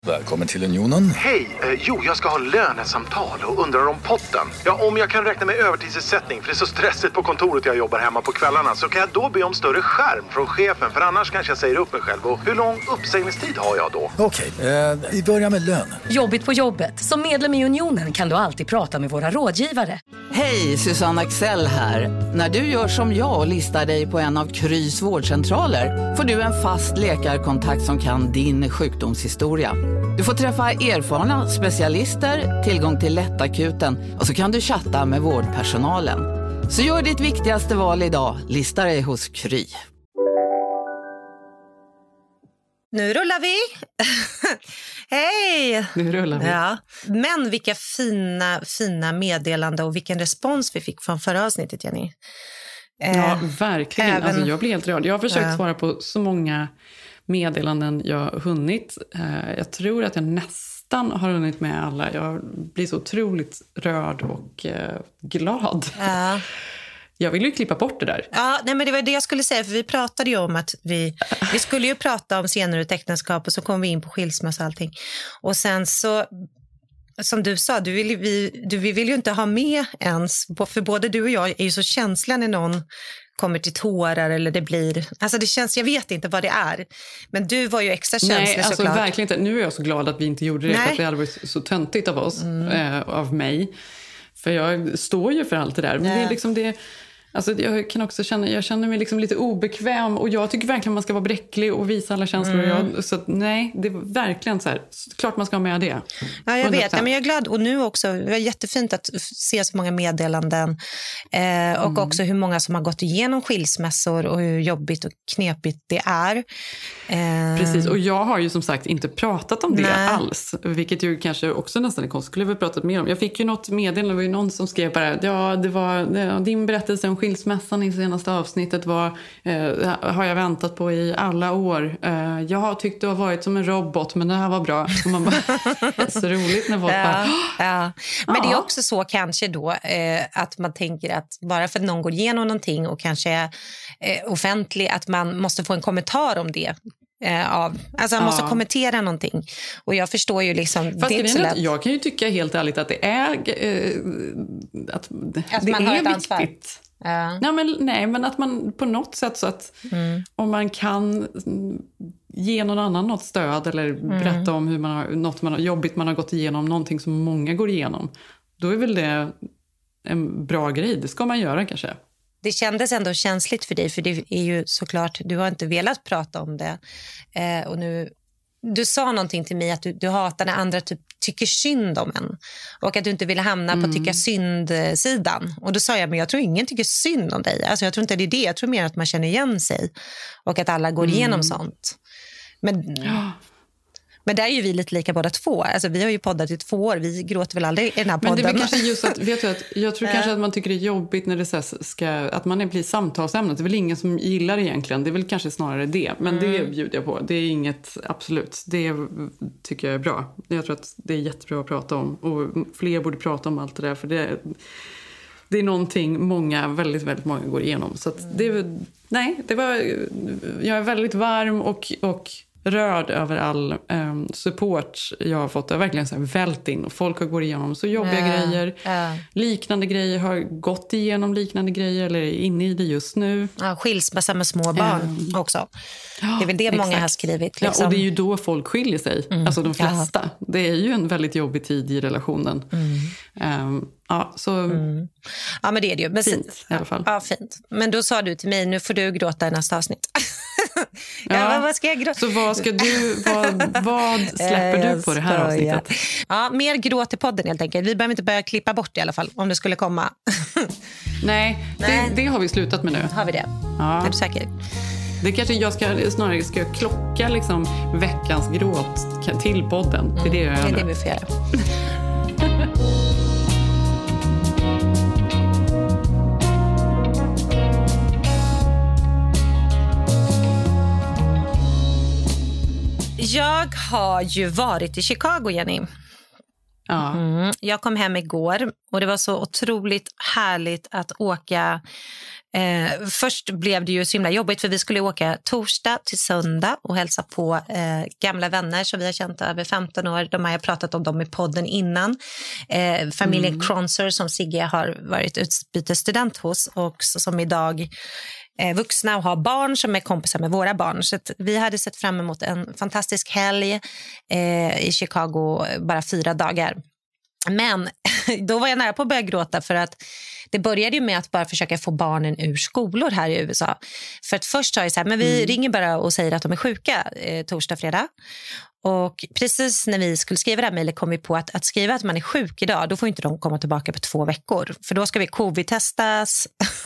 Välkommen till Unionen. Hej, jag ska ha lönesamtal och undrar om potten. Ja, om jag kan räkna med övertidsersättning för det är så stressigt på kontoret jag jobbar hemma på kvällarna, så kan jag då be om större skärm från chefen, för annars kanske jag säger upp mig själv. Och hur lång uppsägningstid har jag då? Okej, vi börjar med lön. Jobbigt på jobbet. Som medlem i Unionen kan du alltid prata med våra rådgivare. Hej, Susanne Axel här. När du gör som jag och listar dig på en av Krys vårdcentraler får du en fast läkarkontakt som kan din sjukdomshistoria. Du får träffa erfarna specialister, tillgång till lättakuten och så kan du chatta med vårdpersonalen. Så gör ditt viktigaste val idag, lista dig hos Kry. Nu rullar vi. Hej! Nu rullar vi. Ja. Men vilka fina meddelanden och vilken respons vi fick från förra avsnittet, Jenny. Ja, verkligen. Alltså, jag blir helt rörd. Jag har försökt svara på så många meddelanden jag har hunnit. Jag tror att jag nästan har hunnit med alla. Jag blir så otroligt rörd och glad. Ja. Jag vill ju klippa bort det där. Ja, nej, men det var det jag skulle säga. För vi pratade ju om att vi skulle ju prata om senare äktenskap, och så kom vi in på skilsmässa och allting. Och sen så, som du sa, vi vill ju inte ha med ens. För både du och jag är ju så känsliga när någon kommer till tårar eller det blir... Alltså det känns, jag vet inte vad det är. Men du var ju extra känslig. Nej, alltså såklart. Verkligen inte. Nu är jag så glad att vi inte gjorde det. För att det hade varit så töntigt av oss, av mig. För jag står ju för allt det där. Men det är liksom det... Alltså jag kan också känner mig liksom lite obekväm, och jag tycker verkligen man ska vara bräcklig och visa alla känslor. Så nej, det är verkligen så här, klart man ska ha med det. Ja, jag vet. Men jag är glad, och nu också, det var jättefint att se så många meddelanden och också hur många som har gått igenom skilsmässor och hur jobbigt och knepigt det är. Precis, och jag har ju som sagt inte pratat om det alls, vilket ju kanske också nästan är konstigt, skulle vi pratat mer om. Jag fick ju något meddelande, det var ju någon som skrev bara, det var din berättelse om skilsmässan i senaste avsnittet har jag väntat på i alla år. Jag har tyckt det har varit som en robot, men det här var bra. Och man bara, så roligt när folk bara... Men det är också så kanske då att man tänker att bara för att någon går igenom någonting och kanske är offentlig, att man måste få en kommentar om det. Alltså man måste kommentera någonting. Och jag förstår ju liksom... Fast det är inte så lätt. Jag kan ju tycka helt ärligt att det är att det man har är ett ansvar. viktigt. Nej, men att man på något sätt, så att om man kan ge någon annan något stöd eller berätta om hur något jobbigt man har gått igenom, någonting som många går igenom, då är väl det en bra grej. Det ska man göra kanske. Det kändes ändå känsligt för dig, för det är ju såklart, du har inte velat prata om det. Och nu, du sa någonting till mig att du hatar när andra tycker synd om en. Och att du inte ville hamna på tycka synd-sidan. Och då sa jag, men jag tror ingen tycker synd om dig. Alltså jag tror inte det är det, jag tror mer att man känner igen sig. Och att alla går igenom sånt. Men där är ju vi lite lika båda två. Alltså vi har ju poddat i 2 år. Vi gråter väl aldrig i den här podden. Men det är kanske just att, vet du, att jag tror kanske att man tycker det är jobbigt när det att man blir samtalsämnet. Det är väl ingen som gillar det egentligen. Det är väl kanske snarare det. Men det bjuder jag på. Det är inget absolut. Det tycker jag är bra. Jag tror att det är jättebra att prata om. Och fler borde prata om allt det där. För det är någonting väldigt, väldigt många går igenom. Så att jag är väldigt varm och rörd över all support jag har fått. Jag har verkligen så här vält in, och folk har gått igenom så jobbiga grejer. Liknande grejer, har gått igenom liknande grejer eller är inne i det just nu. Skilsmässa med små barn också. Det är väl det många har skrivit. Liksom. Ja, och det är ju då folk skiljer sig. Alltså de flesta. Det är ju en väldigt jobbig tid i relationen. Ja, men det är det ju. Men fint i alla fall. Ja, fint. Men då sa du till mig, nu får du gråta i nästa avsnitt. Vad ska jag gråta? Så vad släpper du på det här avsnittet? Ja, mer gråt i podden helt enkelt. Vi behöver inte börja klippa bort i alla fall, om det skulle komma. Nej. Det har vi slutat med nu. Har vi det? Ja. Är du säker? Det kanske jag ska klocka liksom veckans gråt till podden. Det är det jag gör. Det är det vi får göra. Jag har ju varit i Chicago, Jenny. Ja. Jag kom hem igår och det var så otroligt härligt att åka Först blev det ju så himla jobbigt för vi skulle åka torsdag till söndag och hälsa på gamla vänner som vi har känt över 15 år. De har jag pratat om dem i podden innan. Familjen Kronser som Sigge har varit utbytesstudent hos och som idag vuxna och har barn som är kompisar med våra barn. Så att vi hade sett fram emot en fantastisk helg i Chicago, bara 4 dagar. Men då var jag nära på att börja gråta för att det började ju med att bara försöka få barnen ur skolor här i USA. För att först sa jag så här, men vi ringer bara och säger att de är sjuka torsdag, fredag. Och precis när vi skulle skriva det här mejlet kom vi på att skriva att man är sjuk idag, då får inte de komma tillbaka på 2 veckor. För då ska vi covid-testas.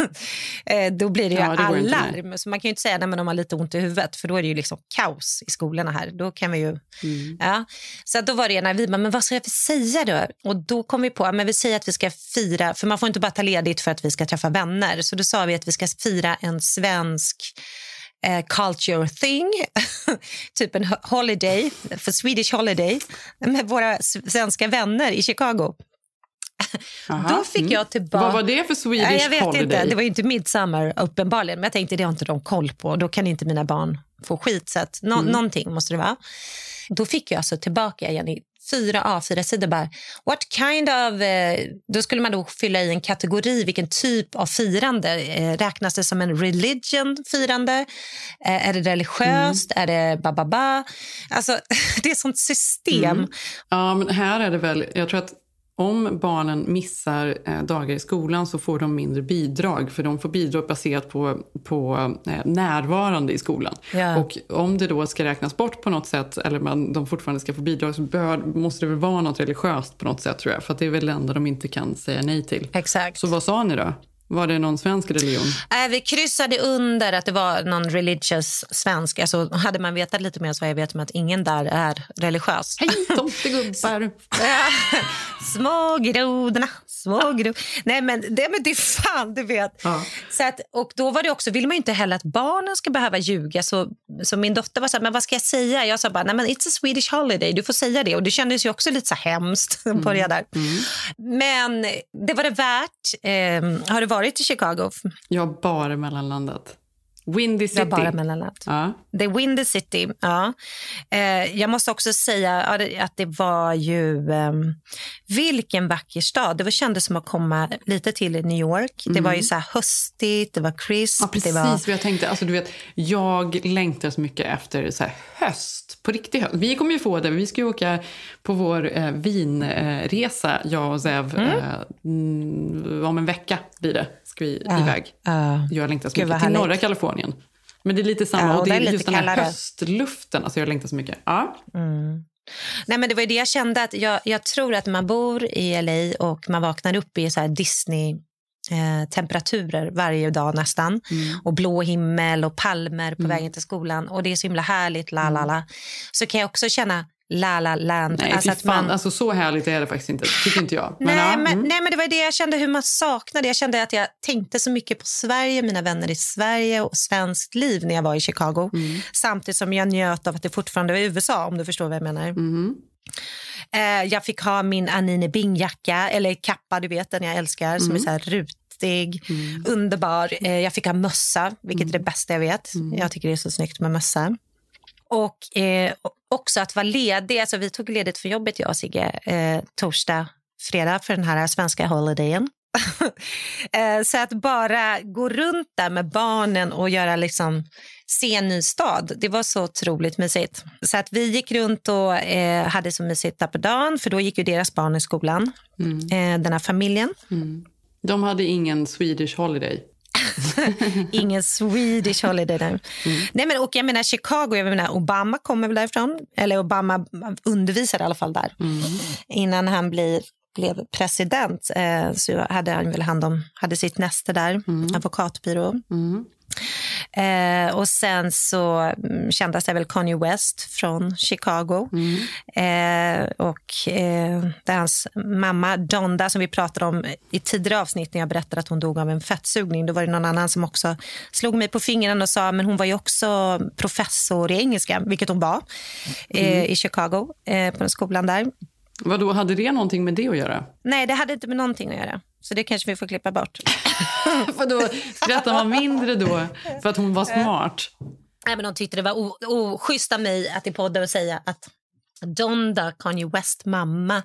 Då blir det ju alarm. Så man kan ju inte säga att de har lite ont i huvudet. För då är det ju liksom kaos i skolorna här. Då kan vi ju... Ja. Så då var det när vi bara, men vad ska vi säga då? Och då kom vi på, men vi säger att vi ska fira, för man får inte bara ta ledigt för att vi ska träffa vänner. Så då sa vi att vi ska fira en svensk culture thing, typ en holiday, för Swedish holiday, med våra svenska vänner i Chicago. Då fick jag tillbaka... Vad var det för Swedish holiday? Jag vet inte, det var ju inte midsommar uppenbarligen, men jag tänkte det har inte de koll på, då kan inte mina barn få skit, så att någonting måste det vara. Då fick jag alltså tillbaka igen i 4 A4-sidor bara, what kind of... Då skulle man då fylla i en kategori, vilken typ av firande. Räknas det som en religion-firande? Är det religiöst? Är det bababa? Alltså, det är sånt system. Ja, men här är det väl... Jag tror att om barnen missar dagar i skolan så får de mindre bidrag. För de får bidrag baserat på närvarande i skolan. Ja. Och om det då ska räknas bort på något sätt eller de fortfarande ska få bidrag så måste det väl vara något religiöst på något sätt, tror jag. För att det är väl det enda de inte kan säga nej till. Exakt. Så vad sa ni då? Var det någon svensk religion? Vi kryssade under att det var någon religious svensk. Alltså, hade man vetat lite mer så jag vet man att ingen där är religiös. Hej, tomtegubbar! Små grodorna, små grodorna. Nej, men det är fan, du vet. Ja. Så att, och då var det också, vill man ju inte heller att barnen ska behöva ljuga. Så min dotter var så här, men vad ska jag säga? Jag sa bara, nej men it's a Swedish holiday, du får säga det. Och det kändes ju också lite så hemskt på det där. Men det var det värt. Har du varit i Chicago? Jag bara mellanlandat. Windy City. Jag bara mellanlandat. Ja. Det är Windy City, ja. Jag måste också säga att det var ju... vilken vacker stad. Det kändes som att komma lite till New York. Det var ju så här höstigt, det var crisp. Ja, precis vad jag tänkte. Alltså, du vet, jag längtar så mycket efter så här höst. På riktigt höst. Vi kommer ju få det. Vi ska ju åka på vår vinresa, jag och Zev. Om en vecka blir det. Ska vi iväg. Jag längtar så mycket till norra Kalifornien. Men det är lite samma. Och det är just den här höstluften. Alltså jag längtar så mycket. Ja. Nej, men det var ju det jag kände. Att jag tror att man bor i LA och man vaknar upp i så här Disney temperaturer varje dag nästan. Och blå himmel och palmer på vägen till skolan. Och det är så himla härligt. Så kan jag också känna La La Land. Nej, alltså, alltså så härligt är det faktiskt inte, tycker inte jag. Men, nej, men det var det jag kände, hur man saknade. Jag kände att jag tänkte så mycket på Sverige, mina vänner i Sverige och svenskt liv när jag var i Chicago. Samtidigt som jag njöt av att det fortfarande var USA, om du förstår vad jag menar. Jag fick ha min Anine Bing-jacka, eller kappa, du vet, den jag älskar, som är så här rutig, underbar. Jag fick ha mössa, vilket är det bästa jag vet. Jag tycker det är så snyggt med mössa. Och också att vara ledig. Alltså vi tog ledigt för jobbet, jag och Sigge, torsdag, fredag för den här svenska holidayen. Så att bara gå runt där med barnen och göra liksom, se en ny stad. Det var så otroligt mysigt. Så att vi gick runt och hade så mysigt där på dagen. För då gick ju deras barn i skolan. Den här familjen. De hade ingen Swedish holiday. Ingen Swedish holiday där. Nej, men, och jag menar Chicago, jag menar Obama kommer väl därifrån, eller Obama undervisade i alla fall där innan han blev president, så hade han väl hade sitt näste där, advokatbyrå. Och sen så kändes det väl Kanye West från Chicago. Och det är hans mamma Donda som vi pratade om i tidigare avsnitt när jag berättade att hon dog av en fettsugning. Då var det någon annan som också slog mig på fingrarna och sa, men hon var ju också professor i engelska, vilket hon var i Chicago, på den skolan där. Vadå, hade det någonting med det att göra? Nej, det hade inte med någonting att göra. Så det kanske vi får klippa bort. För då skrattar man mindre då för att hon var smart. Nej, men hon tyckte det var oschysst av mig att i podden säga att Donda, Kanye West mamma,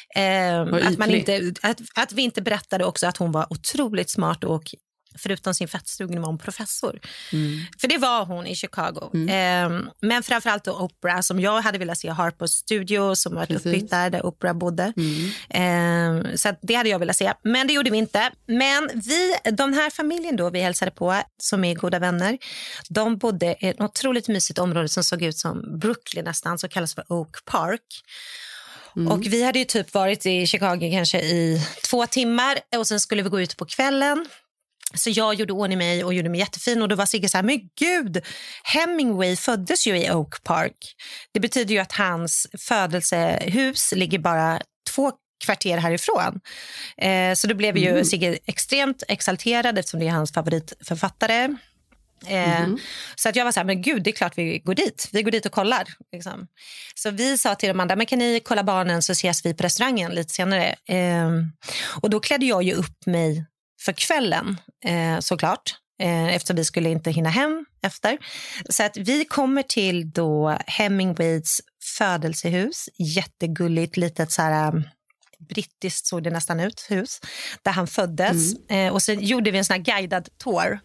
att vi inte berättade också att hon var otroligt smart och förutom sin fettstugning var hon professor. För det var hon i Chicago. Men framförallt då Oprah, som jag hade velat se, Harper's Studio som var uppbyggt där Oprah bodde. Så att det hade jag velat se. Men det gjorde vi inte. Men de här familjen då vi hälsade på, som är goda vänner, de bodde i ett otroligt mysigt område som såg ut som Brooklyn nästan, som kallas för Oak Park. Och vi hade ju typ varit i Chicago kanske i 2 timmar och sen skulle vi gå ut på kvällen. Så jag gjorde ordning mig och gjorde mig jättefin och då var Sigge så här, men gud, Hemingway föddes ju i Oak Park. Det betyder ju att hans födelsehus ligger bara 2 kvarter härifrån. Så då blev ju Sigge extremt exalterad eftersom det är hans favoritförfattare. Så att jag var så här, men gud, det är klart vi går dit. Vi går dit och kollar. Liksom. Så vi sa till de andra, men kan ni kolla barnen så ses vi på restaurangen lite senare. Och då klädde jag ju upp mig för kvällen, såklart. Eftersom vi skulle inte hinna hem efter. Så att vi kommer till då Hemingways födelsehus. Jättegulligt, litet så här brittiskt såg det nästan ut, hus. Där han föddes. Och så gjorde vi en sån här guidad tour.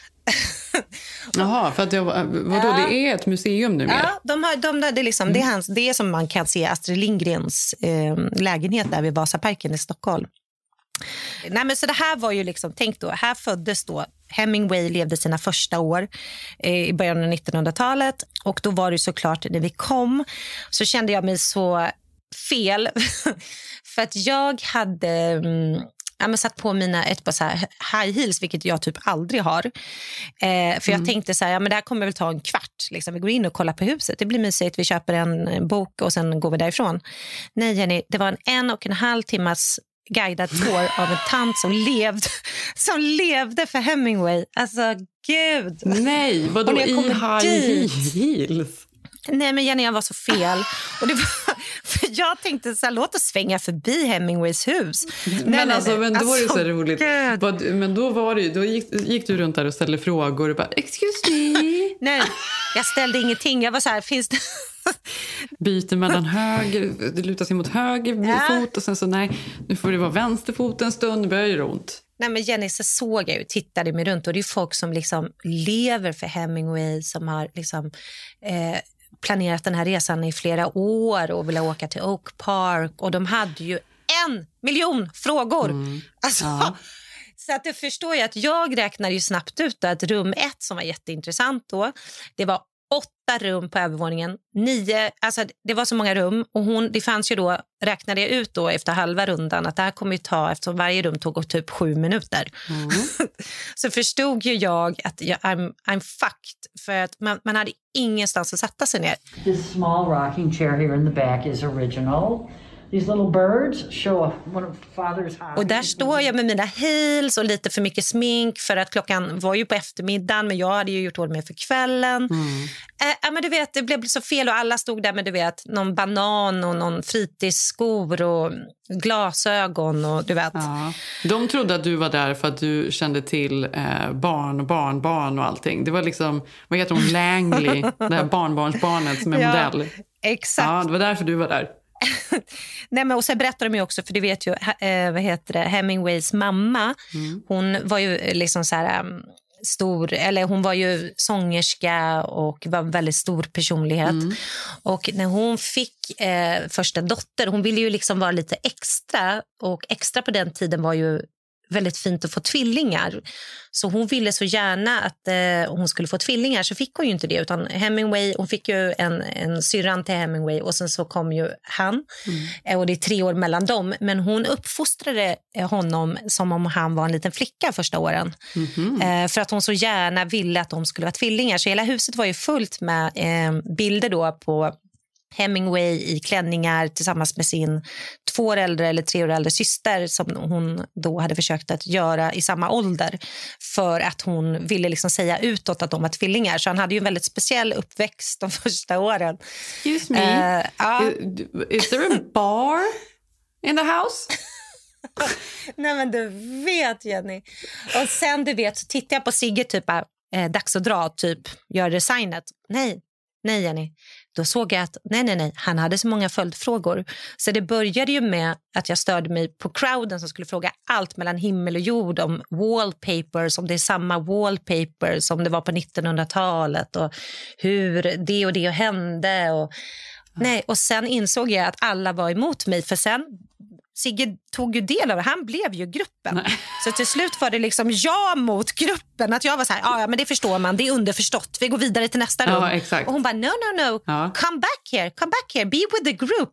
Jaha, för att det är ett museum nu mer. Ja, det är liksom, det är som man kan se Astrid Lindgrens lägenhet där vid Vasaparken i Stockholm. Nej, men så det här var ju liksom, tänk då, här föddes då Hemingway, levde sina första år i början av 1900-talet och då var det såklart när vi kom så kände jag mig så fel för att jag hade satt på mina ett par så här high heels, vilket jag typ aldrig har. För jag tänkte så här, men det här kommer väl ta en kvart. Liksom. Vi går in och kollar på huset. Det blir mysigt. Vi köper en bok och sen går vi därifrån. Nej, Jenny, det var en 1,5 timmas guidad tour av en tant som levde för Hemingway. Alltså, gud. Nej, vadå i high heels? Nej, men Jenny, jag var så fel. Och det var, för jag tänkte så här, låt oss svänga förbi Hemingways hus. Men då var det så roligt. Men då var det ju, då gick du runt där och ställde frågor och bara, excuse me. Nej, jag ställde ingenting. Jag var så här, finns det... Byter mellan höger, det lutar sig mot höger fot och sen så nej, nu får det vara vänsterfot en stund, det börjar ju ont. Nej, men Jenny, så såg jag ju, tittade mig runt och det är folk som liksom lever för Hemingway, som har liksom planerat den här resan i flera år och ville åka till Oak Park och de hade ju 1 miljon frågor. Alltså, så att du förstår ju att jag räknar ju snabbt ut att rum 1 som var jätteintressant då, det var 8 rum på övervåningen, 9, alltså det var så många rum och det fanns ju då, räknade jag ut då efter halva rundan att det här kommer ju ta, eftersom varje rum tog typ 7 minuter. Så förstod ju jag att I'm fucked, för att man hade ingenstans att sätta sig ner. This small rocking chair here in the back is original. These little birds show one of father's hobbies. Och där står jag med mina heels och lite för mycket smink för att klockan var ju på eftermiddagen, men jag hade ju gjort ordning med för kvällen. Men du vet, det blev så fel och alla stod där med, du vet, någon banan och någon fritidsskor och glasögon och du vet. Ja. De trodde att du var där för att du kände till barn och allting. Det var liksom, vad heter hon, Langley, det här barnbarnsbarnet som är modell. Exakt. Ja, det var därför du var där. Nej, men och så berättar de ju också, för du vet ju Hemingways mamma, hon var ju liksom så här stor, eller hon var ju sångerska och var en väldigt stor personlighet. Och när hon fick första dotter, hon ville ju liksom vara lite extra, och extra på den tiden var ju väldigt fint att få tvillingar. Så hon ville så gärna att hon skulle få tvillingar, så fick hon ju inte det, utan Hemingway, hon fick ju en syrran till Hemingway och sen så kom ju han. Och det är 3 år mellan dem, men hon uppfostrade honom som om han var en liten flicka första åren. För att hon så gärna ville att de skulle vara tvillingar, så hela huset var ju fullt med bilder då på Hemingway i klänningar tillsammans med sin 2 år äldre eller 3 år äldre syster som hon då hade försökt att göra i samma ålder för att hon ville liksom säga utåt att de var tvillingar. Så han hade ju en väldigt speciell uppväxt de första åren. Excuse me, is there a bar in the house? Nej men du vet Jenny. Och sen du vet så tittar jag på Sigge typ dags att dra typ gör designet. Nej Jenny. Då såg jag att nej, han hade så många följdfrågor. Så det började ju med att jag störde mig på crowden som skulle fråga allt mellan himmel och jord om wallpapers, om det är samma wallpaper som det var på 1900-talet och hur det och det hände. Och sen insåg jag att alla var emot mig för sen Sigge tog ju del av det. Han blev ju gruppen. Nej. Så till slut var det liksom jag mot gruppen. Att jag var så här, ja men det förstår man. Det är underförstått. Vi går vidare till nästa rum. Ja, exakt. Och hon bara, no. Ja. Come back here. Be with the group.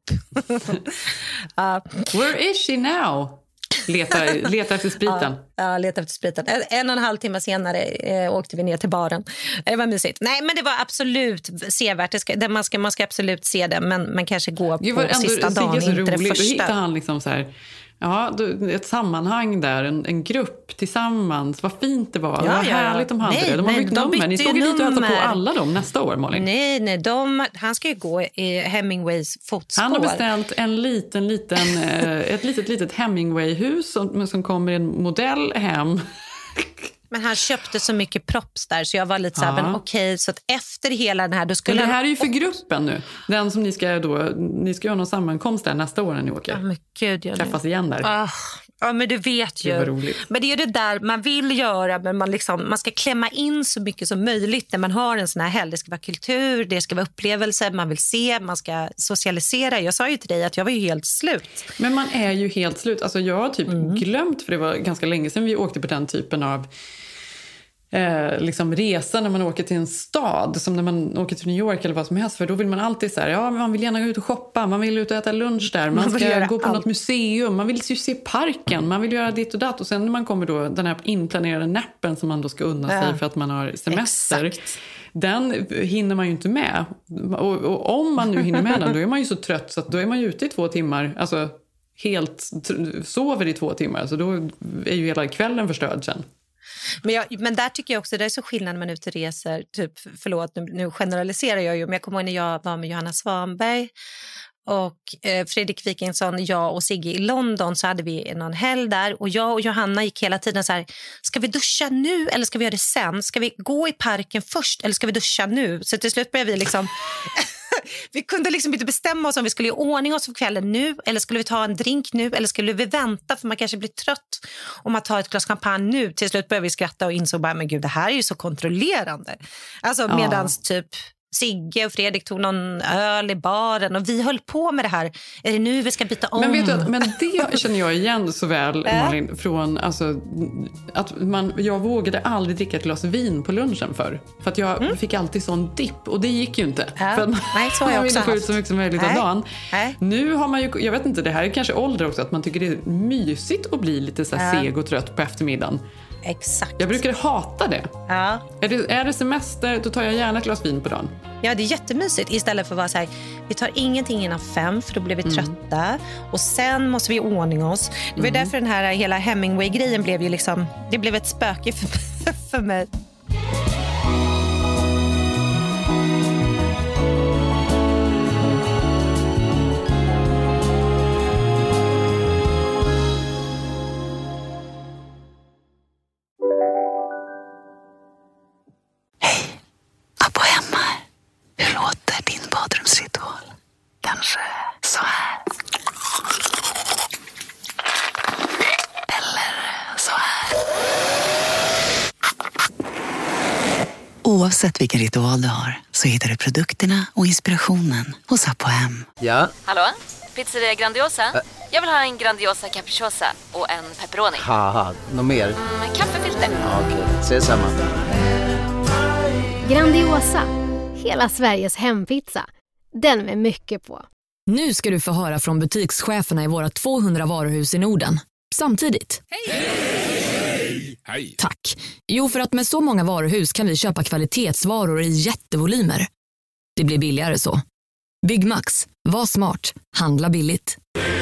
Where is she now? Leta efter spriten. Ja, leta efter spriten. 1,5 timme senare åkte vi ner till baren. Det var mysigt. Nej, men det var absolut sevärt. Man ska absolut se det, men kanske gå på sista dagen, inte det första. Då hittar han liksom så här, ett sammanhang där, en grupp tillsammans. Vad fint det var. Vad härligt de hade det. De har byggt nummer. Ni såg ju dit och hälsa på alla dem nästa år, Malin. Nej, han ska ju gå i Hemingways fotspår. Han har beställt ett litet Hemingway-hus som kommer i en modell hem. Men han köpte så mycket props där så jag var lite så här, men okej, så att efter hela den här då skulle men det här är ju för gruppen nu. Den som ni ska göra någon sammankomst där nästa år när ni åker. Ja, men gud, träffas igen där. Ja, men du vet ju. Men det är ju det där man vill göra, men man ska klämma in så mycket som möjligt när man har en sån här helg. Det ska vara kultur, det ska vara upplevelser, man vill se, man ska socialisera. Jag sa ju till dig att jag var ju helt slut. Men man är ju helt slut. Alltså jag har typ glömt, för det var ganska länge sedan vi åkte på den typen av liksom resa när man åker till en stad, som när man åker till New York eller vad som helst, för då vill man alltid så här, man vill gärna gå ut och shoppa, man vill ut och äta lunch där, man ska gå på något museum, man vill ju se parken, man vill göra ditt och datt, och sen när man kommer då den här inplanerade nappen som man då ska unna sig för att man har semester. Exakt. Den hinner man ju inte med, och om man nu hinner med den, då är man ju så trött så att då är man ju ute i 2 timmar, alltså helt sover i 2 timmar, så då är ju hela kvällen förstörd sen. Men där tycker jag också, det är så skillnad när man ute reser, typ, förlåt nu generaliserar jag ju, men jag kommer ihåg när jag var med Johanna Svanberg och Fredrik Wikingsson, jag och Sigge i London, så hade vi någon helg där och jag och Johanna gick hela tiden så här, ska vi duscha nu eller ska vi göra det sen? Ska vi gå i parken först eller ska vi duscha nu? Så till slut började vi liksom vi kunde liksom inte bestämma oss om vi skulle göra ordning oss för kvällen nu eller skulle vi ta en drink nu eller skulle vi vänta för man kanske blir trött om man tar ett glas champagne nu. Till slut började vi skratta och insåg bara, men gud, det här är ju så kontrollerande. Alltså medans typ Sigge och Fredrik tog någon öl i baren och vi höll på med det här. Är det nu vi ska byta om? Men vet du, men det känner jag igen så väl, Malin, från alltså, att jag vågade aldrig dricka ett glas vin på lunchen för att jag fick alltid sån dipp och det gick ju inte. För att man ville få ut så mycket som möjligt av dagen. Nu har man ju, jag vet inte, det här är kanske ålder också, att man tycker det är mysigt att bli lite så här seg och trött på eftermiddagen. Exakt. Jag brukar hata det. Ja. Är det semester, då tar jag gärna ett glas vin på dagen. Ja, det är jättemysigt. Istället för att vara så här, vi tar ingenting innan 5 för då blir vi trötta. Och sen måste vi ordning oss. Det var därför den här hela Hemingway-grejen blev ju liksom, det blev ett spöke för mig. Kanske så här. Eller så här. Oavsett vilken ritual du har så hittar du produkterna och inspirationen hos Apohem. Ja? Hallå? Pizzeria Grandiosa? Jag vill ha en Grandiosa capriciosa och en pepperoni. Haha, något mer? Kaffefilter. Ja, okej, ses samma. Grandiosa, hela Sveriges hempizza. Den med mycket på. Nu ska du få höra från butikscheferna i våra 200 varuhus i Norden. Samtidigt. Hej! Hej! Tack. Jo, för att med så många varuhus kan vi köpa kvalitetsvaror i jättevolymer. Det blir billigare så. Byggmax. Var smart. Handla billigt.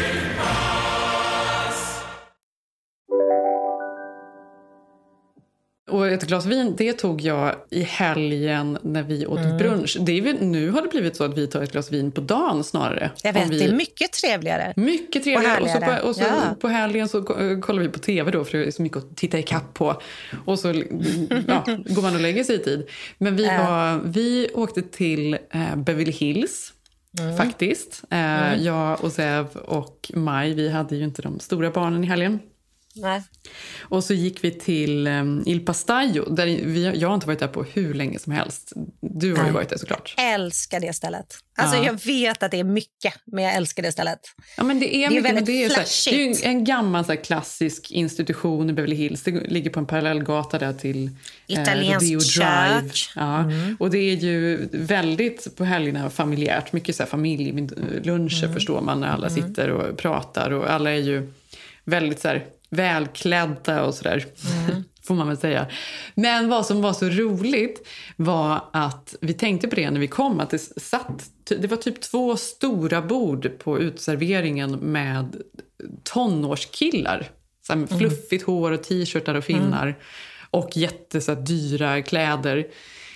Och ett glas vin, det tog jag i helgen när vi åt brunch. Det är nu har det blivit så att vi tar ett glas vin på dagen snarare. Jag vet, det är mycket trevligare. Mycket trevligare. Och så på helgen så kollar vi på tv då, för det är så mycket att titta i kapp på. Och så går man och lägger sig i tid. Men vi åkte till Beverly Hills. Faktiskt. Jag och Zev och Maj, vi hade ju inte de stora barnen i helgen. Nej. Och så gick vi till Il Pastaio, där jag har inte varit där på hur länge som helst. Du har ju varit där såklart. Jag älskar det stället. Alltså jag vet att det är mycket, men jag älskar det stället. Ja, men det är mycket, väldigt det är flashigt. Det är en gammal så här, klassisk institution i Beverly Hills. Det ligger på en parallellgata där till italiensk Drive. Ja. Och det är ju väldigt på helgerna familjärt. Mycket så här familjeluncher förstår man när alla sitter och pratar. Och alla är ju väldigt så här välklädda och sådär, får man väl säga. Men vad som var så roligt var att vi tänkte på det när vi kom, att det var typ 2 stora bord på utserveringen med tonårskillar. Så här med fluffigt hår och t-shirtar och finnar och dyra kläder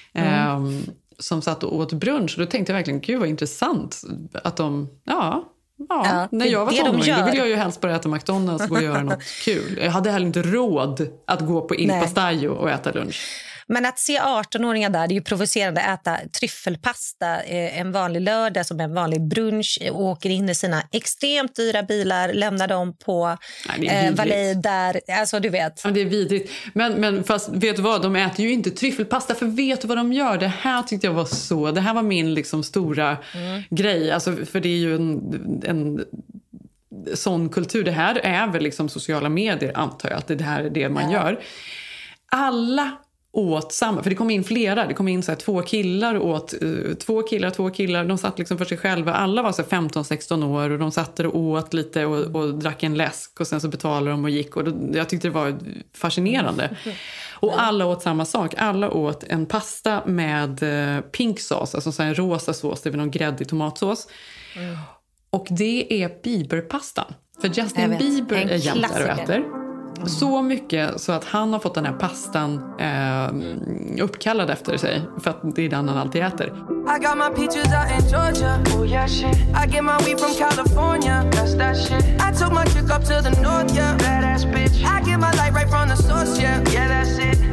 som satt och åt brunch. Och då tänkte jag verkligen, gud vad intressant att de, när jag var tonåring då ville jag ju helst bara äta McDonalds och gå och göra något kul. Jag hade heller inte råd att gå på Il Pastaio och äta lunch. Men att se 18-åringar där, det är ju provocerande att äta tryffelpasta en vanlig lördag som en vanlig brunch, åker in i sina extremt dyra bilar, lämnar dem på Valet där, alltså du vet. Ja, det är vidrigt. Men fast vet du vad, de äter ju inte tryffelpasta, för vet du vad de gör? Det här tyckte jag var det här var min liksom stora grej, alltså, för det är ju en sån kultur. Det här är väl liksom sociala medier, antar jag, att det här är det man gör. Alla åt samma, för det kom in flera, det kom in så här 2 killar åt, 2 killar, de satt liksom för sig själva, alla var så 15-16 år och de satt där och åt lite och drack en läsk och sen så betalade de och gick, och jag tyckte det var fascinerande. Och alla åt samma sak, alla åt en pasta med pink sauce, alltså så här en rosa sås, det är någon gräddig tomatsås. Och det är Bieber-pastan, för Justin Bieber är jämt där och äter. Så mycket så att han har fått den här pastan uppkallad efter sig, för att det är den han alltid äter. I got my peaches out in Georgia. Oh yeah shit. I get my weed from California. That's that shit. I took my chick up to the north, yeah. Badass bitch. I get my light right from the source, yeah. Yeah, that's it.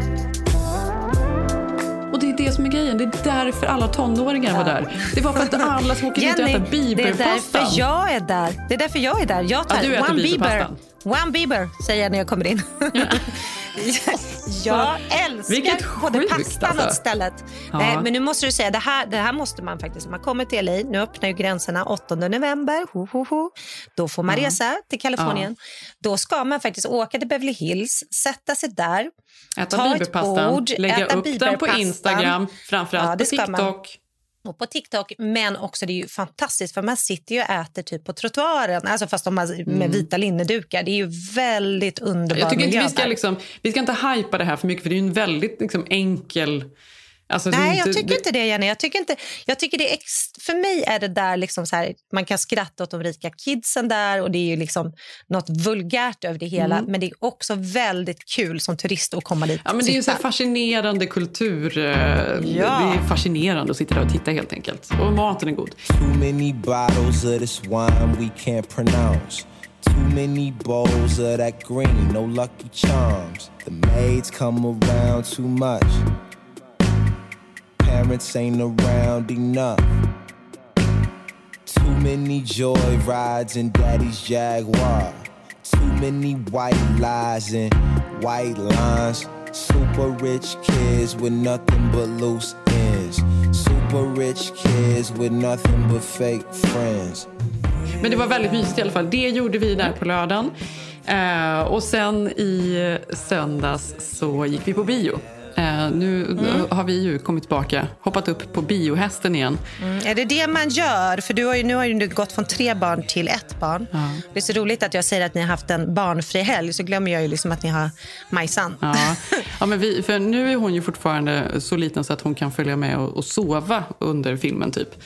Och det är det som är grejen. Det är därför alla tonåringar var där. Det var för att alla som åker dit och äter Bieber-pastan. Det är därför jag är där. Det är därför jag är där. Jag tar One Bieber, säger jag när jag kommer in. Jag älskar både pastan och stället. Nej, men nu måste du säga, det här måste man faktiskt. Man kommer till LA, nu öppnar ju gränserna 8 november. Då får man resa till Kalifornien. Då ska man faktiskt åka till Beverly Hills, sätta sig där, äta Bieber-pastan, lägga upp den på Instagram, framförallt på TikTok. Och på TikTok, men också det är ju fantastiskt, för man sitter ju och äter typ på trottoaren, alltså fast med vita linnedukar. Det är ju väldigt underbart. Jag tycker inte vi ska inte hypa det här för mycket, för det är ju en väldigt liksom enkel. Alltså, nej, jag tycker inte det, Jenny. Jag tycker det är för mig är det där liksom så här, man kan skratta åt de rika kidsen där, och det är ju liksom något vulgärt över det hela, men det är också väldigt kul som turist att komma dit. Ja, men det är ju så fascinerande kultur. Det är fascinerande att sitta där och titta helt enkelt. Och maten är god. Too many bottles of this wine we can't pronounce. Too many bowls of that green, no Lucky Charms. The maids come around too much. Parents ain't around enough. Too many joy rides in daddy's Jaguar. Too many white lies and white lines. Super rich kids with nothing but loose ends. Super rich kids with nothing but fake friends. Men det var väldigt mysigt i alla fall. Det gjorde vi där på lördagen. Och sen i söndags så gick vi på bio. Nu har vi ju kommit tillbaka, hoppat upp på biohästen igen. Är det det man gör? För nu har du gått från 3 barn till 1 barn. Det är så roligt att jag säger att ni har haft en barnfri helg, så glömmer jag ju liksom att ni har Majsan. Ja, men för nu är hon ju fortfarande så liten så att hon kan följa med och sova under filmen typ.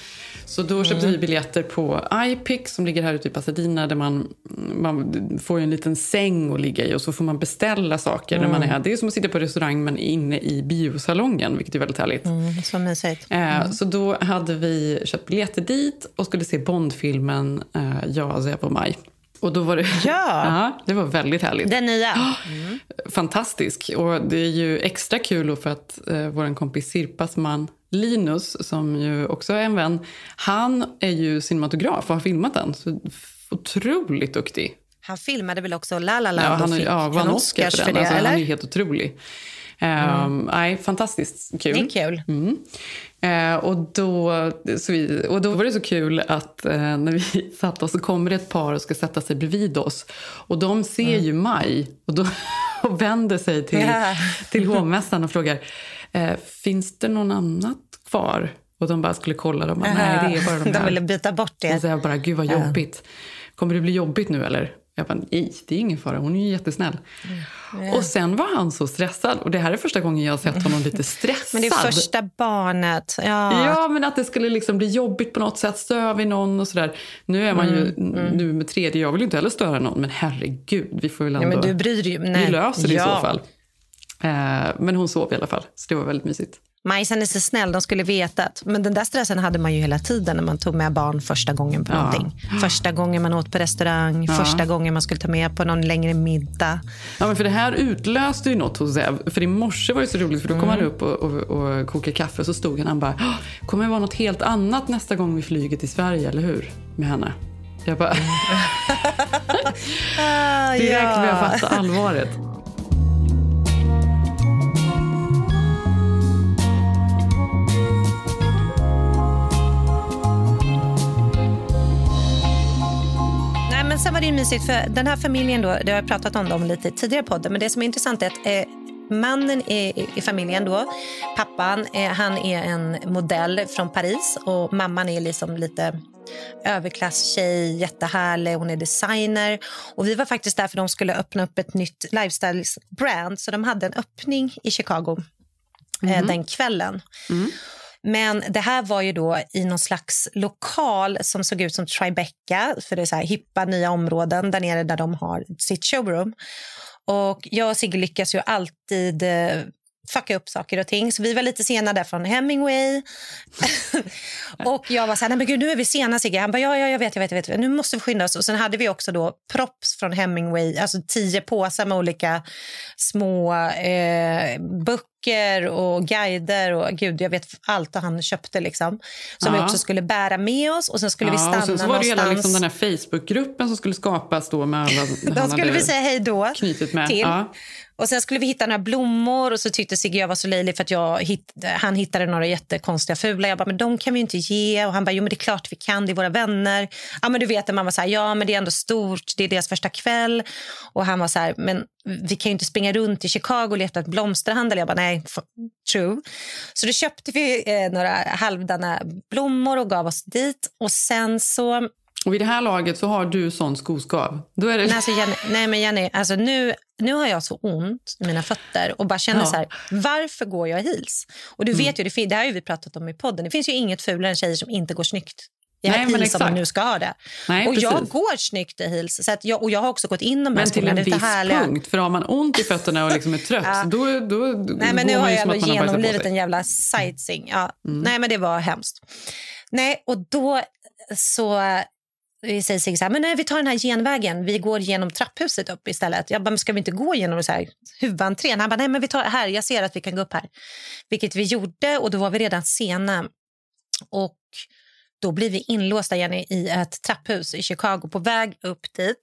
Så då köpte vi biljetter på iPic som ligger här ute i Pasadena, där man får en liten säng att ligga i och så får man beställa saker när man är. Det är som att sitta på restaurang men inne i biosalongen, vilket är väldigt härligt. Så mysigt. Så då hade vi köpt biljetter dit och skulle se Bondfilmen Jag, Zev och Maj. Och då var det, ja, det var väldigt härligt. Den nya. Fantastisk. Och det är ju extra kul för att vår kompis Sirpas man Linus, som ju också är en vän, han är ju cinematograf och har filmat den. Så otroligt duktig. Han filmade väl också La La Land han och fick en Oscar för det, alltså, eller? Han är helt otrolig. Nej, fantastiskt kul. Det är kul. Och då var det så kul att när vi satt oss så kommer det ett par och ska sätta sig bredvid oss. Och de ser ju Maj och då och vänder sig till hovmästaren och frågar, finns det någon annat kvar? Och de bara skulle kolla dem. Nej, det är bara de här. De ville byta bort det. Och så jag bara, gud vad jobbigt. Kommer det bli jobbigt nu eller? Jag bara, nej, det är ingen fara. Hon är ju jättesnäll. Och sen var han så stressad. Och det här är första gången jag har sett honom lite stressad. Men det är första barnet. Ja, men att det skulle liksom bli jobbigt på något sätt. Stör vi någon och sådär. Nu är man ju nu med tredje. Jag vill ju inte heller störa någon. Men herregud, vi får väl ändå... Ja, men du bryr dig ju. Vi löser det i så fall. Men hon sov i alla fall. Så det var väldigt mysigt. Majsan är så snäll, de skulle vetat. Men den där stressen hade man ju hela tiden när man tog med barn första gången på någonting. Första gången man åt på restaurang, första gången man skulle ta med på någon längre middag. Ja, men för det här utlöste ju något hos Zev. För i morse var det så roligt, för då kom han upp och kokade kaffe. Så stod han bara, kommer det vara något helt annat nästa gång vi flyger till Sverige, eller hur? Med henne. Jag bara... Direkt började jag fatta allvaret. Men sen var det ju mysigt för den här familjen då, det har jag pratat om dem lite tidigare på podden, men det som är intressant är att mannen i familjen då, pappan, han är en modell från Paris och mamman är liksom lite överklasstjej, jättehärlig, hon är designer och vi var faktiskt där för de skulle öppna upp ett nytt lifestyle-brand, så de hade en öppning i Chicago den kvällen. Men det här var ju då i någon slags lokal som såg ut som Tribeca, för det är så här hippa nya områden där nere där de har sitt showroom. Och jag och Sigge lyckas ju alltid fucka upp saker och ting. Så vi var lite sena där från Hemingway. Och jag var så här, nej men gud, nu är vi sena, Sigge. Han bara, ja, jag vet. Nu måste vi skynda oss. Och sen hade vi också då props från Hemingway. Alltså 10 påsar med olika små böcker och guider. Och gud, jag vet allt och han köpte liksom. Som vi också skulle bära med oss. Och sen skulle vi stanna någonstans. Och så var det hela liksom den här Facebookgruppen som skulle skapas då med alla. Då skulle vi säga hej då knutit med. Till. Och sen skulle vi hitta några blommor och så tyckte Sigge jag var så löjlig för att han hittade några jättekonstiga fula. Jag bara, men de kan vi inte ge. Och han bara, jo men det är klart vi kan, det är våra vänner. Ja men du vet, man var så här, ja men det är ändå stort, det är deras första kväll. Och han var så här, men vi kan ju inte springa runt i Chicago och leta ett blomsterhandel. Jag bara, nej, true. Så då köpte vi några halvdana blommor och gav oss dit. Och sen så... Och vid det här laget så har du sån skoskav. Då är det... Nej, alltså, Jenny, alltså nu har jag så ont i mina fötter och bara känner så här, varför går jag i heels? Och du vet ju, det har ju vi pratat om i podden. Det finns ju inget fulare än tjejer som inte går snyggt i heels som man nu ska ha det. Nej, och jag går snyggt i heels. Så att jag har också gått in de här skorna. Men till en viss punkt, för har man ont i fötterna och liksom är trött, då nej, men nu har jag ändå genomlivit en jävla sightseeing. Ja. Nej, men det var hemskt. Nej, och då så... Vi säger så här, men nej, vi tar den här genvägen. Vi går genom trapphuset upp istället. Jag bara, men ska vi inte gå genom så här huvudentrén? Han bara, nej men vi tar här. Jag ser att vi kan gå upp här. Vilket vi gjorde och då var vi redan sena. Och då blir vi inlåsta igen i ett trapphus i Chicago på väg upp dit.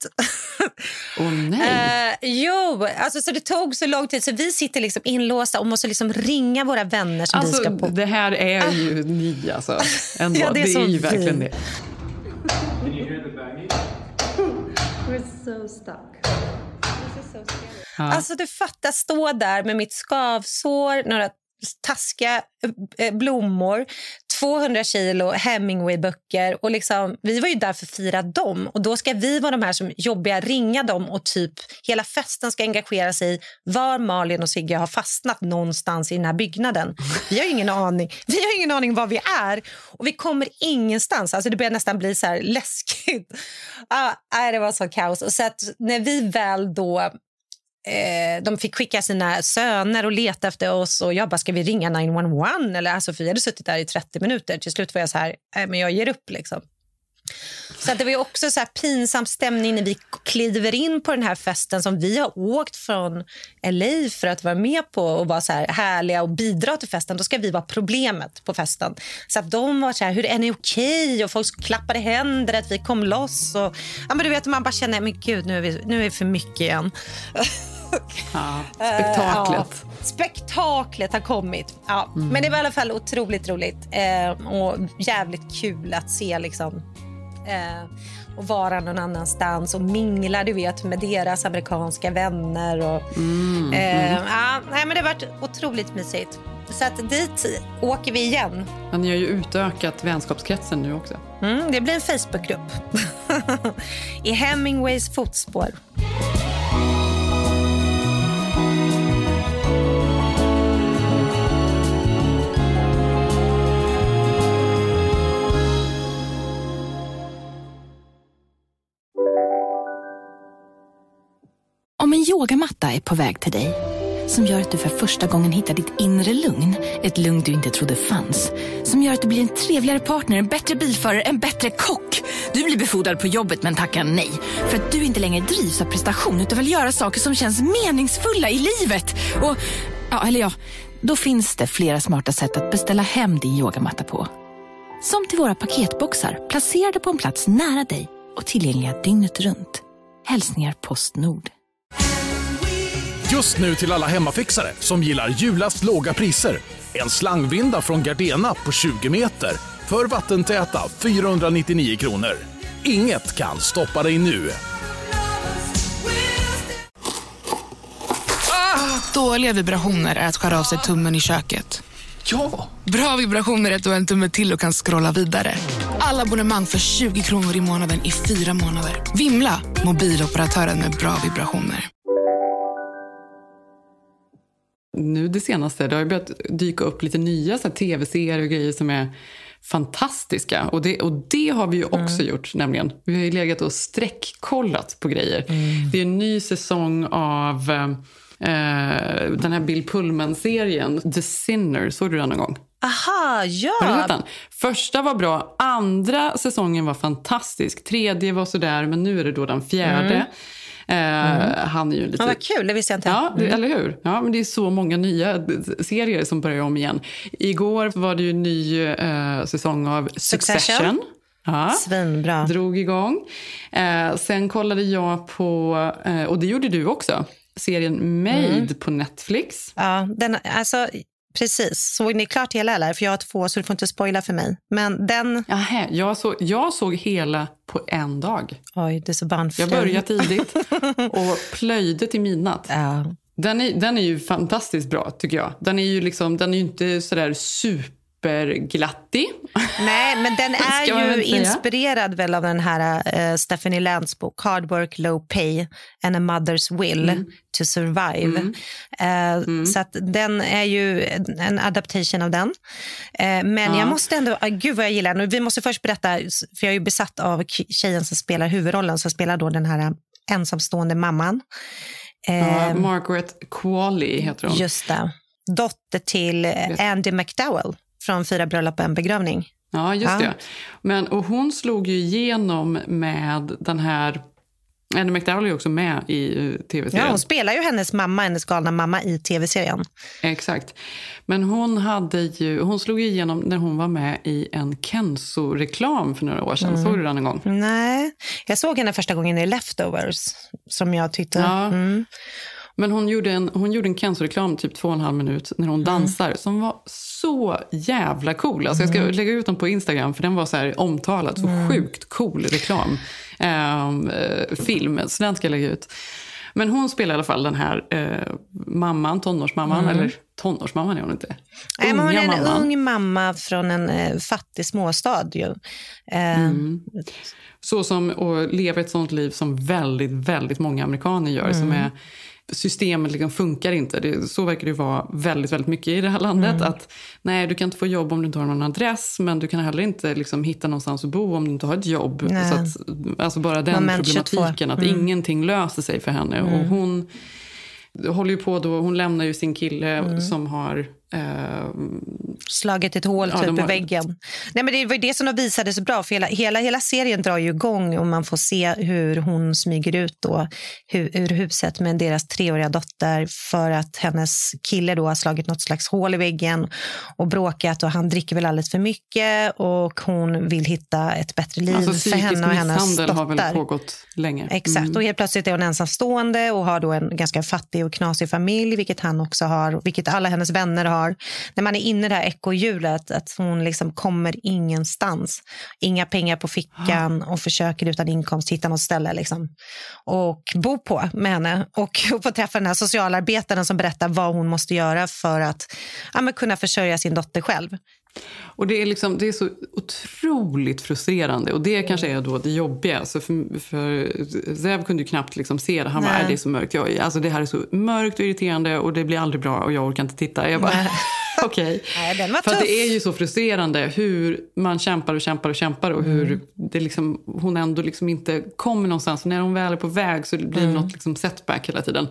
Nej. Jo, alltså så det tog så lång tid så vi sitter liksom inlåsta och måste liksom ringa våra vänner som alltså, vi ska på. Det här är ju ni alltså. Ändå. Ja, det är ju verkligen det. Can you hear the banging? We're so stuck. This is so scary. Alltså du fattar, stå där med mitt skavsår, några taskiga blommor, 200 kilo Hemingway-böcker och liksom, vi var ju där för att fira dem och då ska vi vara de här som jobbiga, ringa dem och typ hela festen ska engagera sig i var Malin och Sigge har fastnat någonstans i den här byggnaden. Vi har ju ingen aning var vi är och vi kommer ingenstans. Alltså det börjar nästan bli så här läskigt. Det var så kaos. Och så att när vi väl då de fick skicka sina söner och leta efter oss och jag bara, ska vi ringa 911? Eller, alltså, för vi hade suttit där i 30 minuter. Till slut var jag så här, men jag ger upp liksom. Så att det var ju också så här pinsam stämning när vi kliver in på den här festen som vi har åkt från LA för att vara med på och vara så här härliga och bidra till festen. Då ska vi vara problemet på festen. Så att de var så här, hur är ni okej? Och folk klappade händer att vi kom loss. Och, ja, men du vet, man bara känner, men gud, nu är vi för mycket igen. Ja, spektaklet. Spektaklet har kommit. Ja, men det var i alla fall otroligt roligt och jävligt kul att se liksom och vara någon annanstans och mingla, du vet, med deras amerikanska vänner och nej, men det har varit otroligt mysigt. Så att dit åker vi igen. Men ni har ju utökat vänskapskretsen nu också. Det blir en Facebookgrupp i Hemingways fotspår. Om en yogamatta är på väg till dig, som gör att du för första gången hittar ditt inre lugn, ett lugn du inte trodde fanns, som gör att du blir en trevligare partner, en bättre bilförare, en bättre kock. Du blir befordrad på jobbet men tackar nej, för att du inte längre drivs av prestation utan vill göra saker som känns meningsfulla i livet. Och, då finns det flera smarta sätt att beställa hem din yogamatta på. Som till våra paketboxar, placerade på en plats nära dig och tillgängliga dygnet runt. Hälsningar Postnord. Just nu till alla hemmafixare som gillar Julas låga priser. En slangvinda från Gardena på 20 meter för vattentäta 499 kronor. Inget kan stoppa dig nu. Dåliga vibrationer är att skära av sig tummen i köket. Ja! Bra vibrationer är att du har en tumme till och kan scrolla vidare. Alla abonnemang för 20 kronor i månaden i 4 månader. Vimla! Mobiloperatören med bra vibrationer. Nu det senaste, det har ju börjat dyka upp lite nya så här, tv-serier och grejer som är fantastiska. Och det har vi ju också gjort, nämligen. Vi har ju legat och sträckkollat på grejer. Det är en ny säsong av den här Bill Pullman-serien The Sinner. Såg du den någon gång? Aha, ja. Har du sett den? Första var bra, andra säsongen var fantastisk, tredje var sådär, men nu är det då den fjärde. Han är ju lite... Ja, vad kul, det visste jag inte. Ja, eller hur? Ja, men det är så många nya serier som börjar om igen. Igår var det ju en ny säsong av Succession. Ja, svinbra. Drog igång. Sen kollade jag på, och det gjorde du också, serien Made på Netflix. Ja, alltså... Precis, såg ni klart hela eller? För jag har 2 så du får inte spoila för mig. Men den... Jaha, jag såg hela på en dag. Oj, det är så barnfri. Jag började tidigt och plöjde till midnatt. Ja. Den är ju fantastiskt bra tycker jag. Den är ju inte sådär superglattig. Nej, men den är ju inspirerad väl av den här Stephanie Lands bok Hard Work, Low Pay and a Mother's Will to Survive. Så att den är ju en adaptation av den. Men jag måste ändå, gud vad jag gillar den. Vi måste först berätta, för jag är ju besatt av tjejen som spelar huvudrollen, som spelar då den här ensamstående mamman. Margaret Qualley heter hon. Just det. Dotter till Andy McDowell från 4 bröllop och en begravning. Ja, just det. Och hon slog ju igenom med den här... Andy McDowell är ju också med i tv-serien. Ja, hon spelar ju hennes galna mamma i tv-serien. Exakt. Men hon slog ju igenom när hon var med i en Kenzo-reklam för några år sedan. Såg du den en gång? Nej, jag såg henne första gången i Leftovers, som jag tyckte. Ja. Men hon gjorde en Kenzo-reklam typ 2,5 minut när hon dansar som var så jävla cool. Alltså jag ska lägga ut den på Instagram för den var så här omtalad, så sjukt cool reklam. Film, så den ska jag lägga ut. Men hon spelar i alla fall den här mamman, tonårsmamman, eller tonårsmamman är hon inte. Nej, men hon är en ung mamma från en fattig småstad ju. Så som, och lever ett sånt liv som väldigt, väldigt många amerikaner gör, som är systemet liksom funkar inte. Så verkar det vara väldigt, väldigt mycket i det här landet. Att nej, du kan inte få jobb om du inte har någon adress, men du kan heller inte liksom hitta någonstans att bo om du inte har ett jobb. Så att, alltså bara den problematiken, att ingenting löser sig för henne. Och hon håller ju på då, hon lämnar ju sin kille som har slagit ett hål typ i väggen. Nej, men det var det som visade så bra, för hela serien drar ju igång och man får se hur hon smyger ut då ur huset med deras 3-åriga dotter, för att hennes kille då har slagit något slags hål i väggen och bråkat, och han dricker väl alldeles för mycket och hon vill hitta ett bättre liv för henne och hennes dotter. Har väl pågått länge. Exakt, och helt plötsligt är hon ensamstående och har då en ganska fattig och knasig familj, vilket han också har, vilket alla hennes vänner har. När man är inne i det här ekohjulet, att hon liksom kommer ingenstans, inga pengar på fickan och försöker utan inkomst hitta något ställe liksom och bo på med henne, och få träffa den här socialarbetaren som berättar vad hon måste göra för att kunna försörja sin dotter själv. Och det är så otroligt frustrerande, och det kanske är då det jobbiga. Så för Zev kunde ju knappt liksom se det. Han bara, det är så mörkt. Alltså det här är så mörkt och irriterande och det blir aldrig bra och jag orkar inte titta. Jag bara, okej. För att det är ju så frustrerande hur man kämpar och hur det liksom, hon ändå liksom inte kommer någonstans. Och när hon väl är på väg så blir det något liksom setback hela tiden.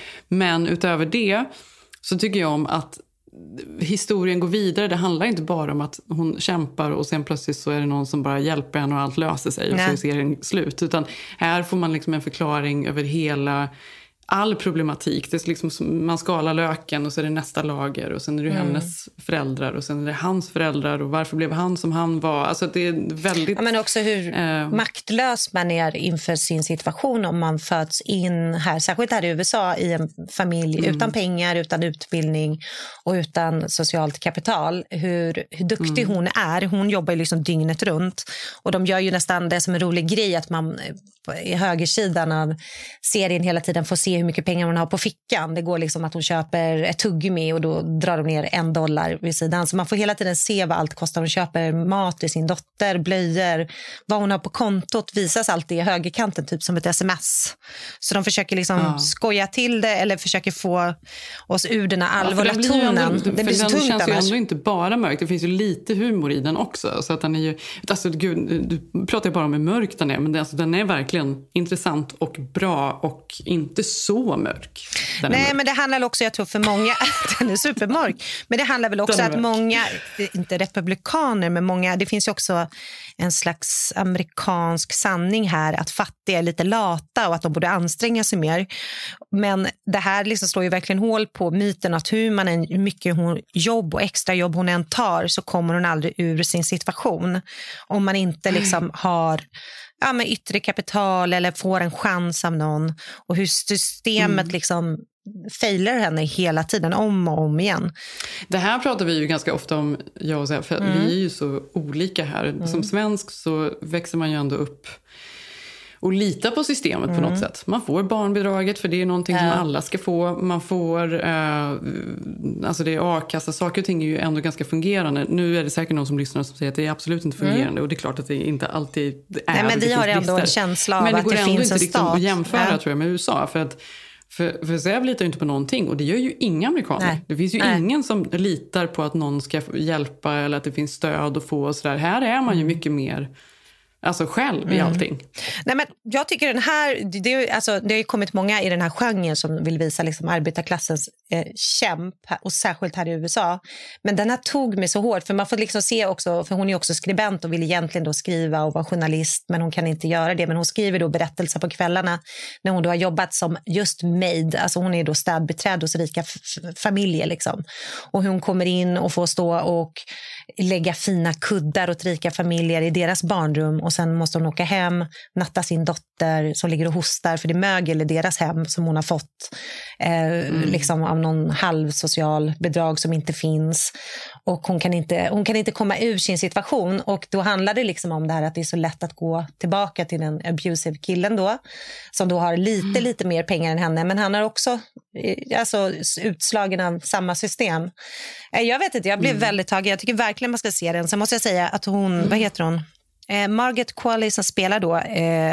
Men utöver det så tycker jag om att historien går vidare. Det handlar inte bara om att hon kämpar och sen plötsligt så är det någon som bara hjälper henne och allt löser sig och så är serien slut. Utan här får man liksom en förklaring över all problematik. Det är liksom, man skalar löken och så är det nästa lager och sen är det hennes föräldrar och sen är det hans föräldrar och varför blev han som han var. Alltså det är väldigt... men också hur maktlös man är inför sin situation om man föds in här, särskilt här i USA, i en familj utan pengar, utan utbildning och utan socialt kapital. Hur duktig hon är. Hon jobbar ju liksom dygnet runt och de gör ju nästan det som en rolig grej att man i högersidan av serien hela tiden får se hur mycket pengar hon har på fickan. Det går liksom att hon köper ett tuggummi och då drar de ner $1 vid sidan. Så man får hela tiden se vad allt kostar. Hon köper mat till sin dotter, blöjor. Vad hon har på kontot visas alltid i högerkanten, typ som ett sms. Så de försöker liksom skoja till det eller försöker få oss ur den här allvarliga tonen. Det blir så tungt känns ju ändå inte bara mörkt. Det finns ju lite humor i den också. Så att den är ju... Alltså, gud, du pratar ju bara om hur mörk den är. Men den är verkligen intressant och bra och inte så mörk. Nej, men det handlar också, jag tror för många, den är supermörk, men det handlar väl också att många, inte republikaner, men många, det finns ju också en slags amerikansk sanning här att fattiga är lite lata och att de borde anstränga sig mer. Men det här liksom slår ju verkligen hål på myten att hur mycket jobb och extra jobb hon än tar så kommer hon aldrig ur sin situation. Om man inte liksom har med yttre kapital eller får en chans av någon, och hur systemet liksom failar henne hela tiden om och om igen. Det här pratar vi ju ganska ofta om, jag och Zev, för vi är ju så olika här. Som svensk så växer man ju ändå upp och lita på systemet på något sätt. Man får barnbidraget för det är någonting som alla ska få. Man får, alltså det är a-kassa, saker och ting är ju ändå ganska fungerande. Nu är det säkert någon som lyssnar som säger att det är absolut inte fungerande och det är klart att det inte alltid är. Nej, men vi har ändå en känsla av att det finns en stat. Men det går ändå inte liksom att jämföra tror jag med USA, för att för Zev litar ju inte på någonting och det gör ju inga amerikaner. Nej. Det finns ju ingen som litar på att någon ska hjälpa eller att det finns stöd att få och sådär. Här är man ju mycket mer alltså själv i allting. Nej, men jag tycker den här, det har ju kommit många i den här genren som vill visa liksom arbetarklassens kämp, och särskilt här i USA. Men den här tog mig så hårt, för man får liksom se också, för hon är ju också skribent och vill egentligen då skriva och vara journalist, men hon kan inte göra det. Men hon skriver då berättelser på kvällarna när hon då har jobbat som just maid, alltså hon är då städbiträd hos rika familjer liksom. Och hon kommer in och får stå och lägga fina kuddar åt rika familjer i deras barnrum, och sen måste hon åka hem, natta sin dotter som ligger och hostar för det mögel i deras hem som hon har fått liksom av någon halvsocial bedrag som inte finns. Och hon kan inte komma ur sin situation. Och då handlar det liksom om det här att det är så lätt att gå tillbaka till den abusive killen då. Som då har lite mer pengar än henne. Men han har också utslagen av samma system. Jag vet inte, jag blev väldigt tagen. Jag tycker verkligen man ska se den. Sen måste jag säga att hon, vad heter hon? Margaret Qualley som spelar då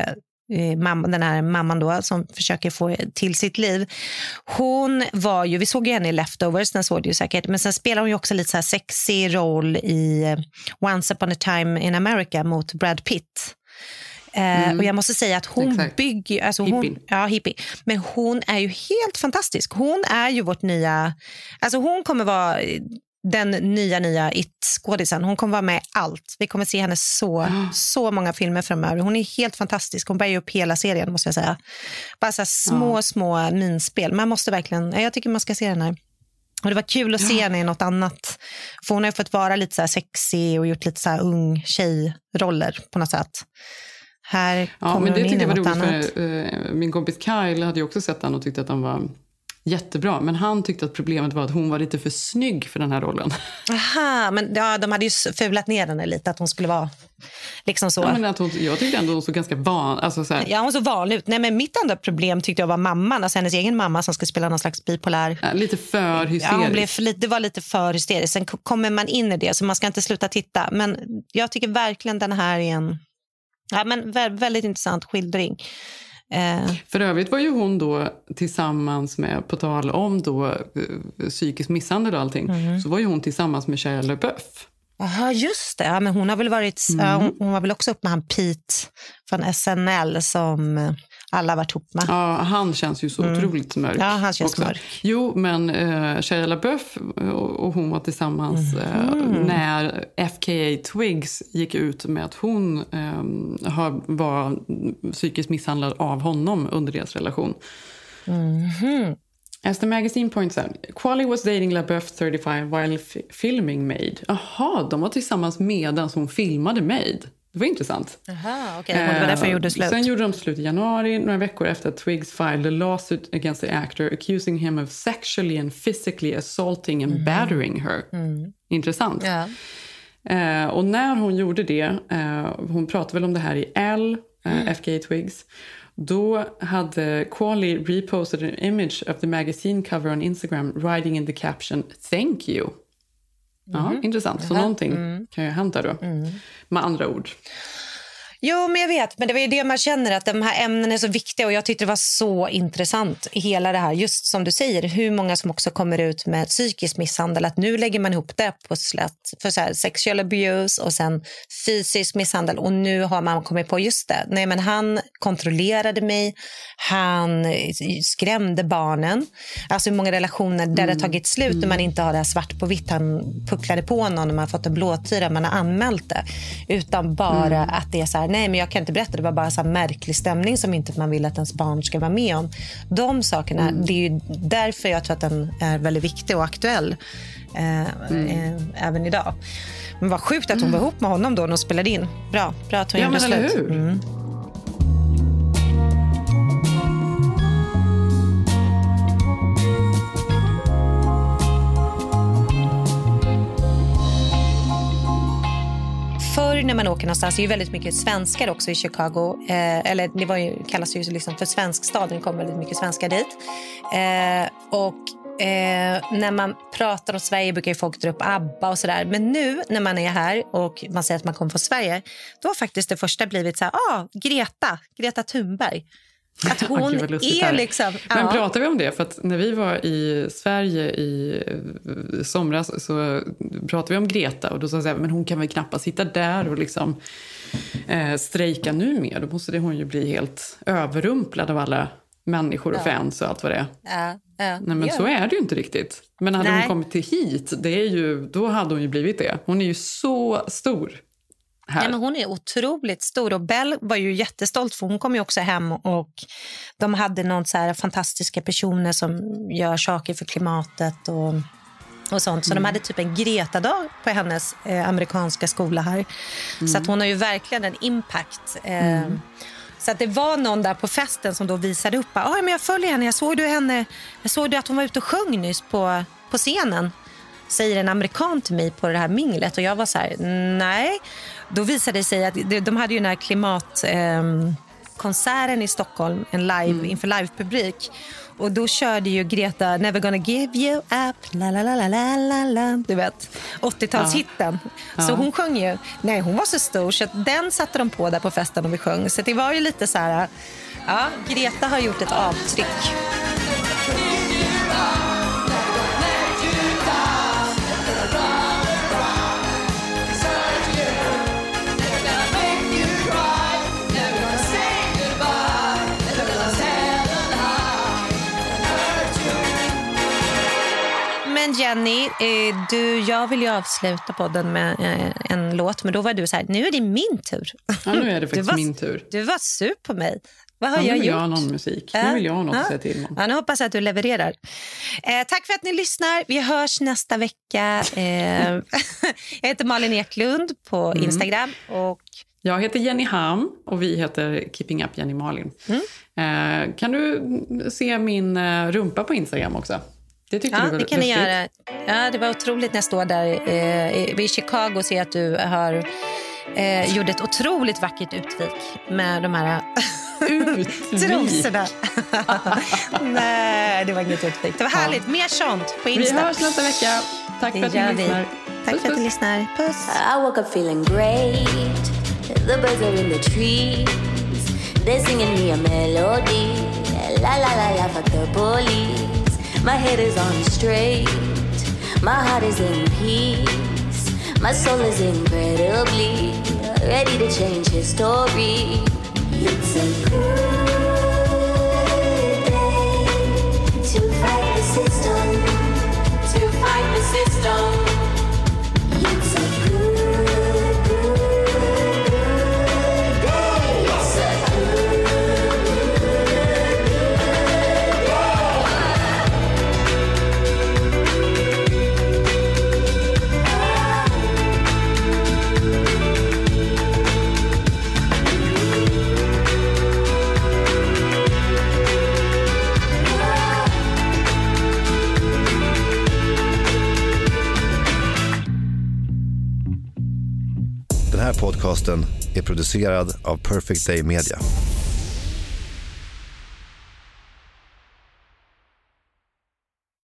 den här mamman då som försöker få till sitt liv. Hon var ju, vi såg ju henne i Leftovers, den såg det ju säkert, men sen spelar hon ju också lite så här sexy roll i Once upon a time in America mot Brad Pitt. Och jag måste säga att hon bygger, alltså hippie. Men hon är ju helt fantastisk. Hon är ju vårt nya, alltså hon kommer vara den nya It-skådisen. Hon kommer vara med i allt. Vi kommer se henne så många filmer framöver. Hon är helt fantastisk. Hon bär ju upp hela serien, måste jag säga. Bara så här små minspel. Man måste verkligen, jag tycker man ska se den här. Och det var kul att se henne i något annat. För hon har ju fått vara lite så här sexy och gjort lite så här ung tjejroller på något sätt. Här kommer men det hon in i något annat. För, min kompis Kyle hade ju också sett den och tyckte att den var jättebra, men han tyckte att problemet var att hon var lite för snygg för den här rollen. Aha, men de hade ju fulat ner henne lite, att hon skulle vara liksom så. Ja, men jag tyckte ändå hon såg ganska alltså så här. Ja, hon såg vanlig ut. Nej, men mitt andra problem tyckte jag var mamman, alltså hennes egen mamma som skulle spela någon slags bipolär. Ja, lite för hysterisk. Ja, det var lite för hysteriskt. Sen kommer man in i det, så man ska inte sluta titta. Men jag tycker verkligen den här är en väldigt intressant skildring. För övrigt var ju hon då tillsammans med, på tal om då psykisk misshandel och allting, så var ju hon tillsammans med Shia LaBeouf. Jaha, just det. Ja, men hon har väl varit hon var väl också upp med han Pete från SNL som alla varit ihop med. Ja, han känns ju så otroligt mörk. Ja, han känns också mörk. Jo, men Shia LaBeouf och hon var tillsammans när FKA Twigs gick ut med att hon var psykiskt misshandlad av honom under deras relation. As the magazine points out, Qualley was dating LaBeouf 35 while filming Made. Aha, de var tillsammans medan hon filmade Made. Det var intressant. Aha, okej. Det var därför jag gjorde slut. Sen gjorde de slut i januari, några veckor efter att Twigs filed a lawsuit against the actor accusing him of sexually and physically assaulting and battering her. Intressant. Ja. Och när hon gjorde det, hon pratade väl om det här i FKA Twigs, då hade Qualley reposted an image of the magazine cover on Instagram writing in the caption "Thank you". Ja, intressant. Så någonting kan ju hända då. Med andra ord. Jo, men jag vet. Men det var ju det man känner, att de här ämnena är så viktiga. Och jag tyckte det var så intressant i hela det här. Just som du säger, hur många som också kommer ut med psykisk misshandel. Att nu lägger man ihop det på slätt. För så här, sexual abuse och sen fysisk misshandel. Och nu har man kommit på just det. Nej, men han kontrollerade mig. Han skrämde barnen. Alltså hur många relationer där det har tagit slut när man inte har det här svart på vitt. Han pucklade på någon när man har fått en blåtira. Man har anmält det. Utan bara att det är så här, nej, men jag kan inte berätta, det var bara så här märklig stämning som inte man vill att ens barn ska vara med om. De sakerna, det är ju därför jag tror att den är väldigt viktig och aktuell även idag. Men vad sjukt att hon var ihop med honom då när hon spelade in. Bra att hon gjorde slut. Ja, men eller hur? Förr när man åker någonstans, det är ju väldigt mycket svenskar också i Chicago. Eller det var ju, kallas ju liksom för svenskstaden, det kommer väldigt mycket svenskar dit. När man pratar om Sverige brukar ju folk dra upp ABBA och sådär. Men nu när man är här och man säger att man kommer från Sverige, då har faktiskt det första blivit så här, Greta Thunberg. Att hon är liksom... Men pratar vi om det? För att när vi var i Sverige i somras så pratade vi om Greta. Och då sa jag så här, men hon kan väl knappast sitta där och liksom strejka nu mer. Då måste hon ju bli helt överrumplad av alla människor och fans och allt vad det är. Nej, men så är det ju inte riktigt. Men hade hon kommit till hit, då hade hon ju blivit det. Hon är ju så stor. Ja, men hon är otroligt stor, och Belle var ju jättestolt, för hon kom ju också hem och de hade någon så här fantastiska personer som gör saker för klimatet och sånt. Så de hade typ en Greta-dag på hennes amerikanska skola här. Så att hon har ju verkligen en impact. Så att det var någon där på festen som då visade upp. Men jag följer henne, jag såg att hon var ute och sjöng nyss på scenen. Säger en amerikan till mig på det här minglet. Och jag var så här, nej. Då visade det sig att de hade ju den här klimatkonserten i Stockholm, en live, inför livepublik. Och då körde ju Greta Never Gonna Give You Up, la la la la la la, du vet, 80-talshitten. Så hon sjöng ju, hon var så stor så att den satte de på där på festen och vi sjöng. Så det var ju lite så här, Greta har gjort ett avtryck. Jenny, jag vill ju avsluta podden med en låt, men då var du så här, nu är det min tur. Ja, nu är det faktiskt min tur. Du var sur på mig. Vad har jag gjort? Nu vill jag ha någon musik. Nu vill jag ha något att säga till om. Nu hoppas jag att du levererar. Tack för att ni lyssnar. Vi hörs nästa vecka. Jag heter Malin Eklund på Instagram. Och jag heter Jenny Ham och vi heter Keeping Up Jenny Malin. Kan du se min rumpa på Instagram också? Det tyckte du var det kan ni göra. Ja, det var otroligt när jag står där i Chicago och ser att du har gjort ett otroligt vackert utvik med de här trosorna. Nej, det var inget utvik. Det var härligt. Mer sånt på Insta. Vi hörs nästa vecka. Tack för att ni lyssnar. Tack för att ni lyssnar. Puss. I woke up feeling great. The birds are in the trees. They're singing me a melody. La la la la, fuck the police. My head is on straight, my heart is in peace, my soul is incredibly ready to change history. It's a good day to fight the system, to fight the system. It's a good day. It's a Den här podcasten är producerad av Perfect Day Media.